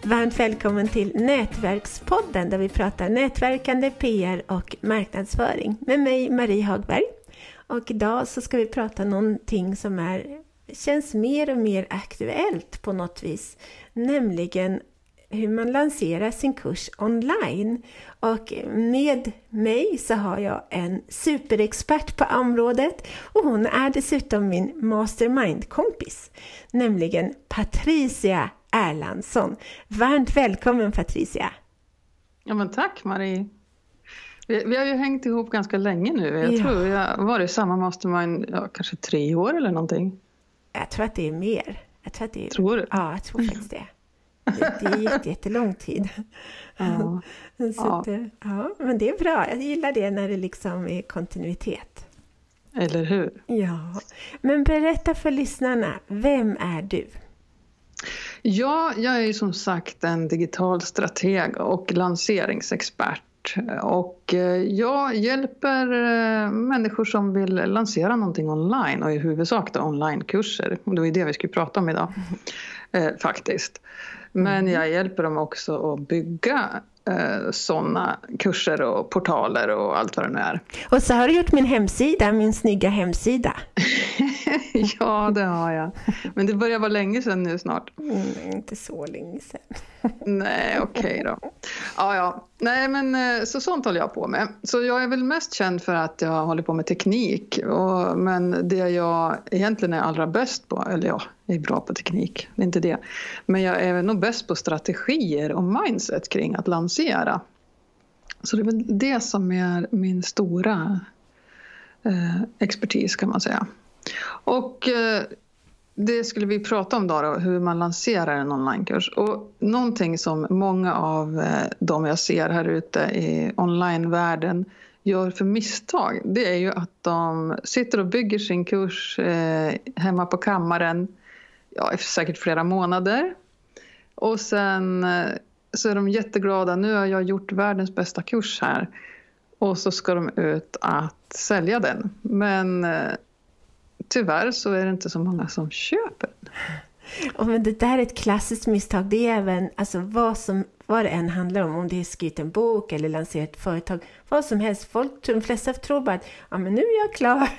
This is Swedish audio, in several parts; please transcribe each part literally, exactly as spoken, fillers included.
Varmt välkommen till Nätverkspodden där vi pratar nätverkande, P R och marknadsföring med mig Marie Hagberg. Och idag så ska vi prata någonting som är, känns mer och mer aktuellt på något vis, nämligen hur man lanserar sin kurs online. Och med mig så har jag en superexpert på området och hon är dessutom min mastermind-kompis, nämligen Patricia Erlandsson. Varmt välkommen Patricia! Ja men tack Marie! Vi, vi har ju hängt ihop ganska länge nu. Jag ja. tror jag var i samma mastermind ja, kanske tre år eller någonting. Jag tror att det är mer. Jag tror att det är, tror du? Ja, jag tror faktiskt det. Det, det är jätte, jättelång tid. Ja. Så ja. Det, ja, men det är bra. Jag gillar det när det liksom är kontinuitet. Eller hur? Ja, men berätta för lyssnarna, vem är du? Ja, jag är ju som sagt en digital strateg och lanseringsexpert. Och jag hjälper människor som vill lansera någonting online och i huvudsak då onlinekurser. Och det var det vi skulle prata om idag eh, faktiskt. Men jag hjälper dem också att bygga eh, sådana kurser och portaler och allt vad det nu är. Och så har du gjort min hemsida, min snygga hemsida. Ja, det har jag. Men det börjar vara länge sedan nu snart. Mm, inte så länge sedan. Nej, okej okay då. Ja, ja. Nej, men så sånt håller jag på med. Så jag är väl mest känd för att jag håller på med teknik. Och, men det jag egentligen är allra bäst på, eller ja, jag är bra på teknik, det är inte det. Men jag är nog bäst på strategier och mindset kring att lansera. Så det är väl det som är min stora eh, expertis kan man säga. Och eh, det skulle vi prata om då, då, hur man lanserar en onlinekurs. Och någonting som många av eh, de jag ser här ute i onlinevärlden gör för misstag, det är ju att de sitter och bygger sin kurs eh, hemma på kammaren, ja, efter säkert flera månader. Och sen eh, så är de jätteglada, nu har jag gjort världens bästa kurs här. Och så ska de ut att sälja den. Men eh, tyvärr så är det inte så många som köper. Och men det där är ett klassiskt misstag. Det är även alltså, vad, som, vad det än handlar om. Om det är skrivit en bok eller lanserat ett företag. Vad som helst. Folk, de flesta tror bara att ja, men nu är jag klar.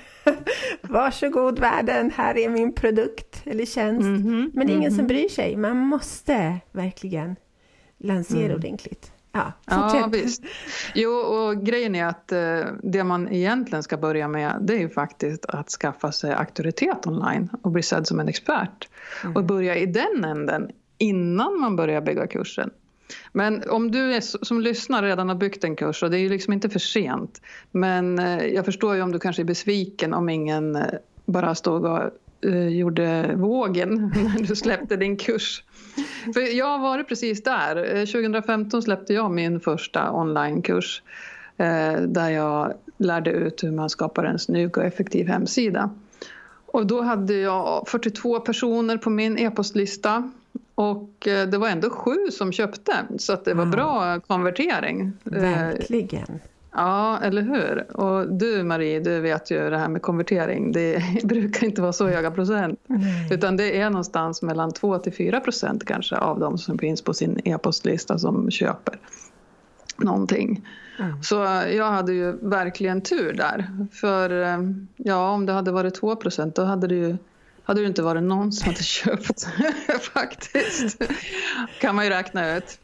Varsågod världen. Här är min produkt eller tjänst. Mm-hmm, men det är ingen mm-hmm. som bryr sig. Man måste verkligen lansera mm. ordentligt. Ja, ja, visst. Jo, och grejen är att eh, det man egentligen ska börja med, det är ju faktiskt att skaffa sig auktoritet online och bli sedd som en expert. Mm. Och börja i den änden innan man börjar bygga kursen. Men om du är, som lyssnar redan har byggt en kurs, och det är ju liksom inte för sent. Men eh, jag förstår ju om du kanske är besviken om ingen eh, bara stod och eh, gjorde vågen när du släppte din kurs. För jag har varit precis där. tjugo femton släppte jag min första onlinekurs eh, där jag lärde ut hur man skapar en snygg och effektiv hemsida. Och då hade jag fyrtiotvå personer på min e-postlista och eh, det var ändå sju som köpte, så att det var bra konvertering. Verkligen. Eh, Ja, eller hur? Och du Marie, du vet ju det här med konvertering. Det brukar inte vara så höga procent. Nej. Utan det är någonstans mellan två till fyra procent kanske av de som finns på sin e-postlista som köper någonting. Mm. Så jag hade ju verkligen tur där. För ja, om det hade varit två procent då hade det ju hade det inte varit någon som hade köpt faktiskt. Kan man ju räkna ut.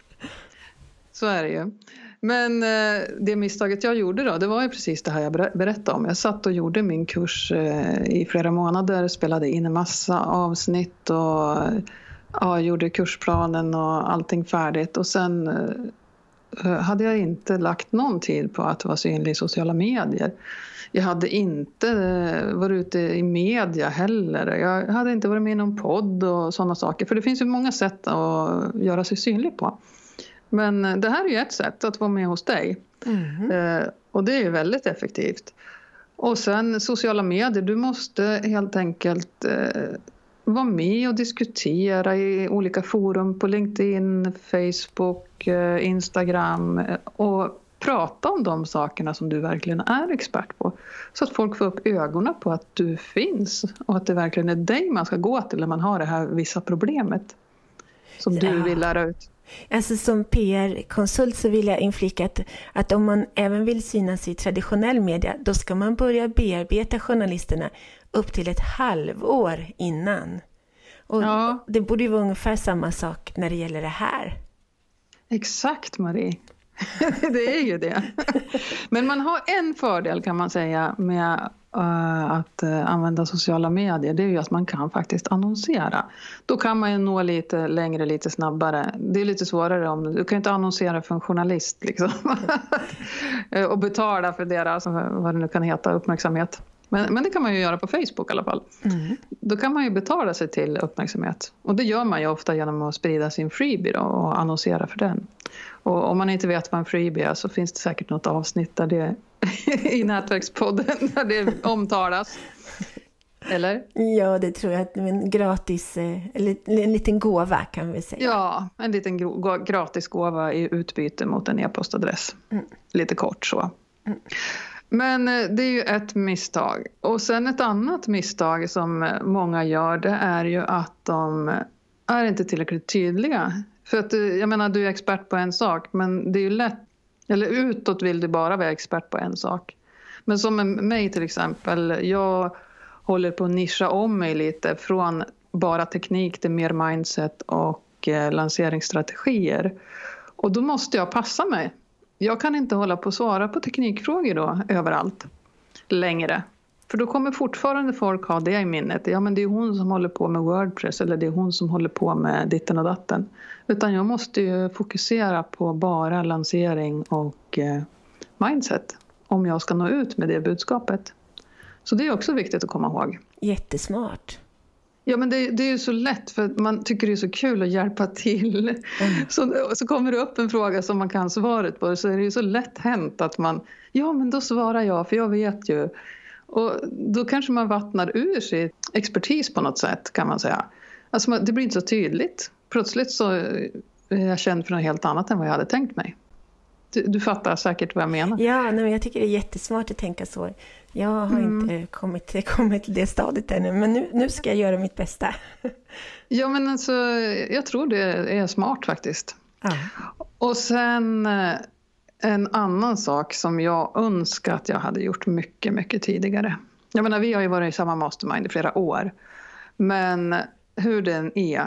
Så är det ju. Men eh, det misstaget jag gjorde då, det var ju precis det här jag berättade om. Jag satt och gjorde min kurs eh, i flera månader, spelade in en massa avsnitt och ja, gjorde kursplanen och allting färdigt. Och sen eh, hade jag inte lagt någon tid på att vara synlig i sociala medier. Jag hade inte eh, varit ute i media heller. Jag hade inte varit med i någon podd och sådana saker. För det finns ju många sätt att göra sig synlig på. Men det här är ju ett sätt att vara med hos dig. Mm. Eh, och det är ju väldigt effektivt. Och sen sociala medier. Du måste helt enkelt eh, vara med och diskutera i olika forum på LinkedIn, Facebook, eh, Instagram. Eh, och prata om de sakerna som du verkligen är expert på. Så att folk får upp ögonen på att du finns. Och att det verkligen är dig man ska gå till när man har det här vissa problemet. Som ja. du vill lära ut. Alltså som P R-konsult så vill jag inflika att, att om man även vill synas i traditionell media, då ska man börja bearbeta journalisterna upp till ett halvår innan. Och ja. Det borde ju vara ungefär samma sak när det gäller det här. Exakt, Marie. Det är ju det. Men man har en fördel kan man säga med uh, att uh, använda sociala medier. Det är ju att man kan faktiskt annonsera. Då kan man ju nå lite längre, lite snabbare. Det är lite svårare om du kan inte annonsera för en journalist liksom. Och betala för deras, vad det nu kan heta, uppmärksamhet. Men, men det kan man ju göra på Facebook i alla fall. Mm. Då kan man ju betala sig till uppmärksamhet. Och det gör man ju ofta genom att sprida sin freebie då, och annonsera för den. Och om man inte vet vad en freebie är så finns det säkert något avsnitt där det i Nätverkspodden där det omtalas. Eller? Ja, det tror jag. Att en gratis, eller en liten gåva kan vi säga. Ja, en liten gro- gratis gåva i utbyte mot en e-postadress. Mm. Lite kort så. Mm. Men det är ju ett misstag. Och sen ett annat misstag som många gör, det är ju att de är inte tillräckligt tydliga. För att jag menar, du är expert på en sak, men det är ju lätt, eller utåt vill du bara vara expert på en sak. Men som med mig till exempel, jag håller på att nischa om mig lite från bara teknik till mer mindset och eh, lanseringsstrategier. Och då måste jag passa mig. Jag kan inte hålla på att svara på teknikfrågor då överallt längre. För då kommer fortfarande folk ha det i minnet. Ja, men det är hon som håller på med WordPress eller det är hon som håller på med ditten och datten. Utan jag måste ju fokusera på bara lansering och eh, mindset om jag ska nå ut med det budskapet. Så det är också viktigt att komma ihåg. Jättesmart. Ja, men det, det är ju så lätt för man tycker det är så kul att hjälpa till. Mm. Så, så kommer det upp en fråga som man kan svaret på, så är det ju så lätt hänt att man, ja men då svarar jag för jag vet ju. Och då kanske man vattnar ur sig expertis på något sätt kan man säga. Alltså det blir inte så tydligt. Plötsligt så är jag känd för något helt annat än vad jag hade tänkt mig. Du, du fattar säkert vad jag menar. Ja, nej, men jag tycker det är jättesmart att tänka så. Jag har mm. inte kommit, kommit till det stadiet ännu, men nu, nu ska jag göra mitt bästa. Ja, men alltså, jag tror det är smart faktiskt. Ah. Och sen en annan sak som jag önskar att jag hade gjort mycket, mycket tidigare. Jag menar, vi har ju varit i samma mastermind i flera år. Men hur den är,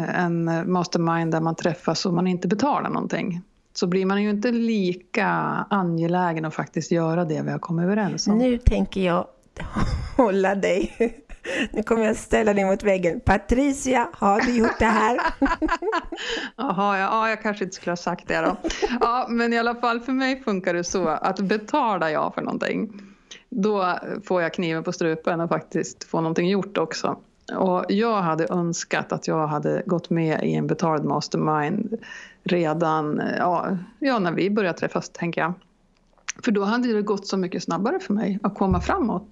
en mastermind där man träffas och man inte betalar någonting, så blir man ju inte lika angelägen att faktiskt göra det vi har kommit överens om. Nu tänker jag hålla dig. Nu kommer jag ställa dig mot väggen. Patricia, har du gjort det här? Jaha, ja, jag kanske inte skulle ha sagt det då. Ja, men i alla fall för mig funkar det så att betalar jag för någonting, då får jag kniven på strupen och faktiskt få någonting gjort också. Och jag hade önskat att jag hade gått med i en betald mastermind redan ja, ja, när vi började träffas, tänker jag. För då hade det gått så mycket snabbare för mig att komma framåt.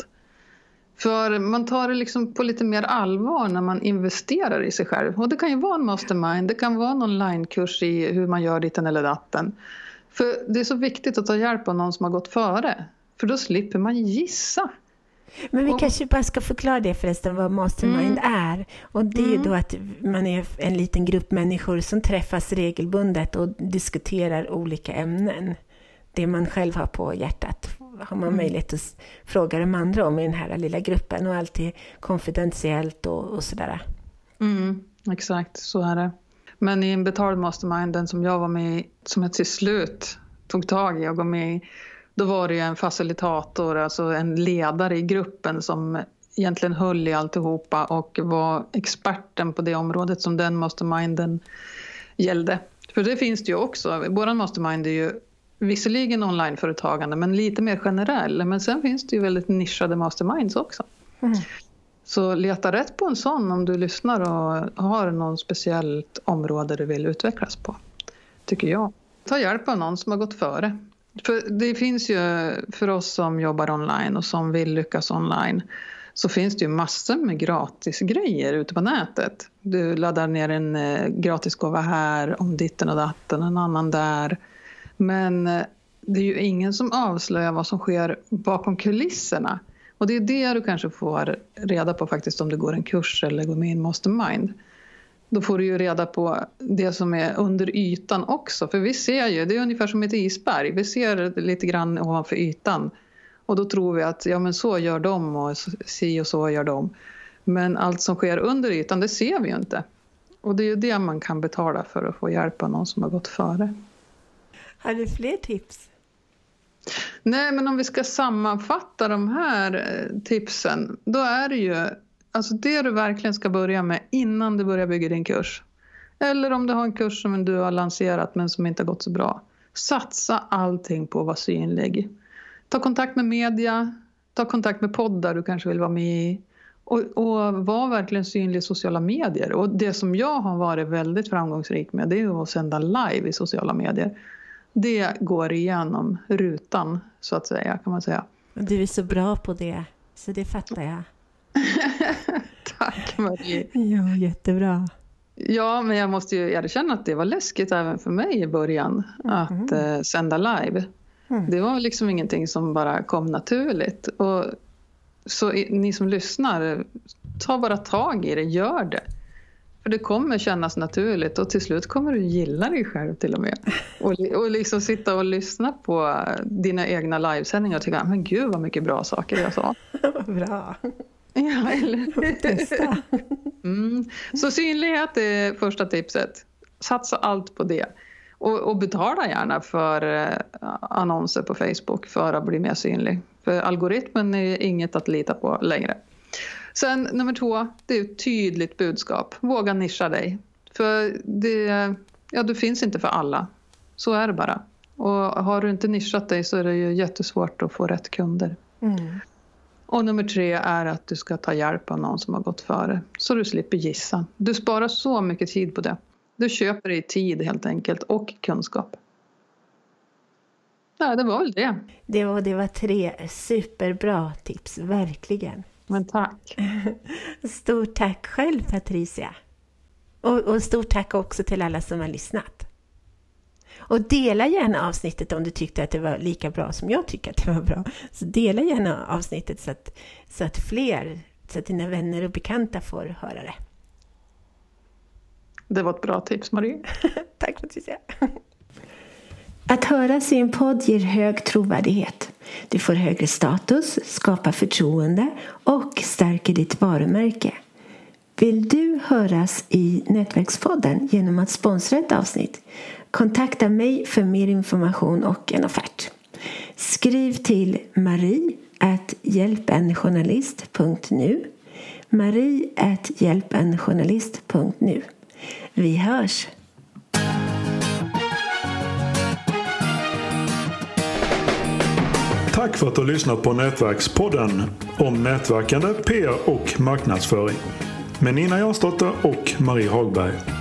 För man tar det liksom på lite mer allvar när man investerar i sig själv. Och det kan ju vara en mastermind, det kan vara en onlinekurs i hur man gör ditten eller datten. För det är så viktigt att ta hjälp av någon som har gått före. För då slipper man gissa. Men vi och, kanske bara ska förklara det förresten vad mastermind mm. är. Och det är mm. ju då att man är en liten grupp människor som träffas regelbundet och diskuterar olika ämnen. Det man själv har på hjärtat har man mm. möjlighet att fråga de andra om i den här lilla gruppen. Och alltid konfidentiellt och, och sådär. Mm, exakt, så är det. Men i en betald mastermind, den som jag var med i, som jag till slut tog tag i och gav med i, då var det ju en facilitator, alltså en ledare i gruppen som egentligen höll i alltihopa och var experten på det området som den masterminden gällde. För det finns det ju också. Våran mastermind är ju visserligen onlineföretagande men lite mer generell. Men sen finns det ju väldigt nischade masterminds också. Mm. Så leta rätt på en sån om du lyssnar och har någon speciellt område du vill utvecklas på, tycker jag. Ta hjälp av någon som har gått före. För det finns ju, för oss som jobbar online och som vill lyckas online, så finns det ju massor med gratis grejer ute på nätet. Du laddar ner en eh, gratis gåva här om ditten och datten, en annan där. Men eh, det är ju ingen som avslöjar vad som sker bakom kulisserna. Och det är det du kanske får reda på faktiskt om du går en kurs eller går med i en mastermind. Då får du ju reda på det som är under ytan också. För vi ser ju, det är ungefär som ett isberg. Vi ser lite grann ovanför ytan. Och då tror vi att ja, men så gör de och si och så gör de. Men allt som sker under ytan, det ser vi ju inte. Och det är ju det man kan betala för att få hjälp av någon som har gått före. Har du fler tips? Nej, men om vi ska sammanfatta de här tipsen. Då är det ju alltså det du verkligen ska börja med innan du börjar bygga din kurs. Eller om du har en kurs som du har lanserat men som inte har gått så bra. Satsa allting på att vara synlig. Ta kontakt med media. Ta kontakt med poddar du kanske vill vara med i. Och, och var verkligen synlig i sociala medier. Och det som jag har varit väldigt framgångsrik med, det är att sända live i sociala medier. Det går igenom rutan, så att säga, kan man säga. Du är så bra på det, så det fattar jag. Tack, Marie. Ja, jättebra. Ja, men jag måste ju erkänna att det var läskigt även för mig i början att mm. eh, sända live. Mm. Det var liksom ingenting som bara kom naturligt. Och så ni som lyssnar, ta bara tag i det, gör det. För det kommer kännas naturligt och till slut kommer du gilla dig själv till och med. Och, och liksom sitta och lyssna på dina egna livesändningar och tycka, men gud vad mycket bra saker jag sa. Vad bra. Ja, eller testa. Mm. Så synlighet är första tipset. Satsa allt på det. Och, och betala gärna för eh, annonser på Facebook för att bli mer synlig. För algoritmen är inget att lita på längre. Sen nummer två, det är ett tydligt budskap. Våga nischa dig. För det, ja, du finns inte för alla. Så är det bara. Och har du inte nischat dig så är det ju jättesvårt att få rätt kunder. Mm. Och nummer tre är att du ska ta hjälp av någon som har gått före. Så du slipper gissa. Du sparar så mycket tid på det. Du köper dig tid helt enkelt och kunskap. Ja, det var väl det. Det var, det var tre superbra tips, verkligen. Men tack. Stort tack själv, Patricia. Och, och stort tack också till alla som har lyssnat. Och dela gärna avsnittet om du tyckte att det var lika bra som jag tycker att det var bra. Så dela gärna avsnittet så att, så att fler, så att dina vänner och bekanta får höra det. Det var ett bra tips, Marie. Tack, Patricia. Att höras i en podd ger hög trovärdighet. Du får högre status, skapar förtroende och stärker ditt varumärke. Vill du höras i Nätverkspodden genom att sponsra ett avsnitt? Kontakta mig för mer information och en offert. Skriv till marie at hjälpenjournalist punkt nu marie at hjälpenjournalist punkt nu. Vi hörs! Tack för att du har lyssnat på Nätverkspodden om nätverkande, P R och marknadsföring med Nina Jansdotter och Marie Hagberg.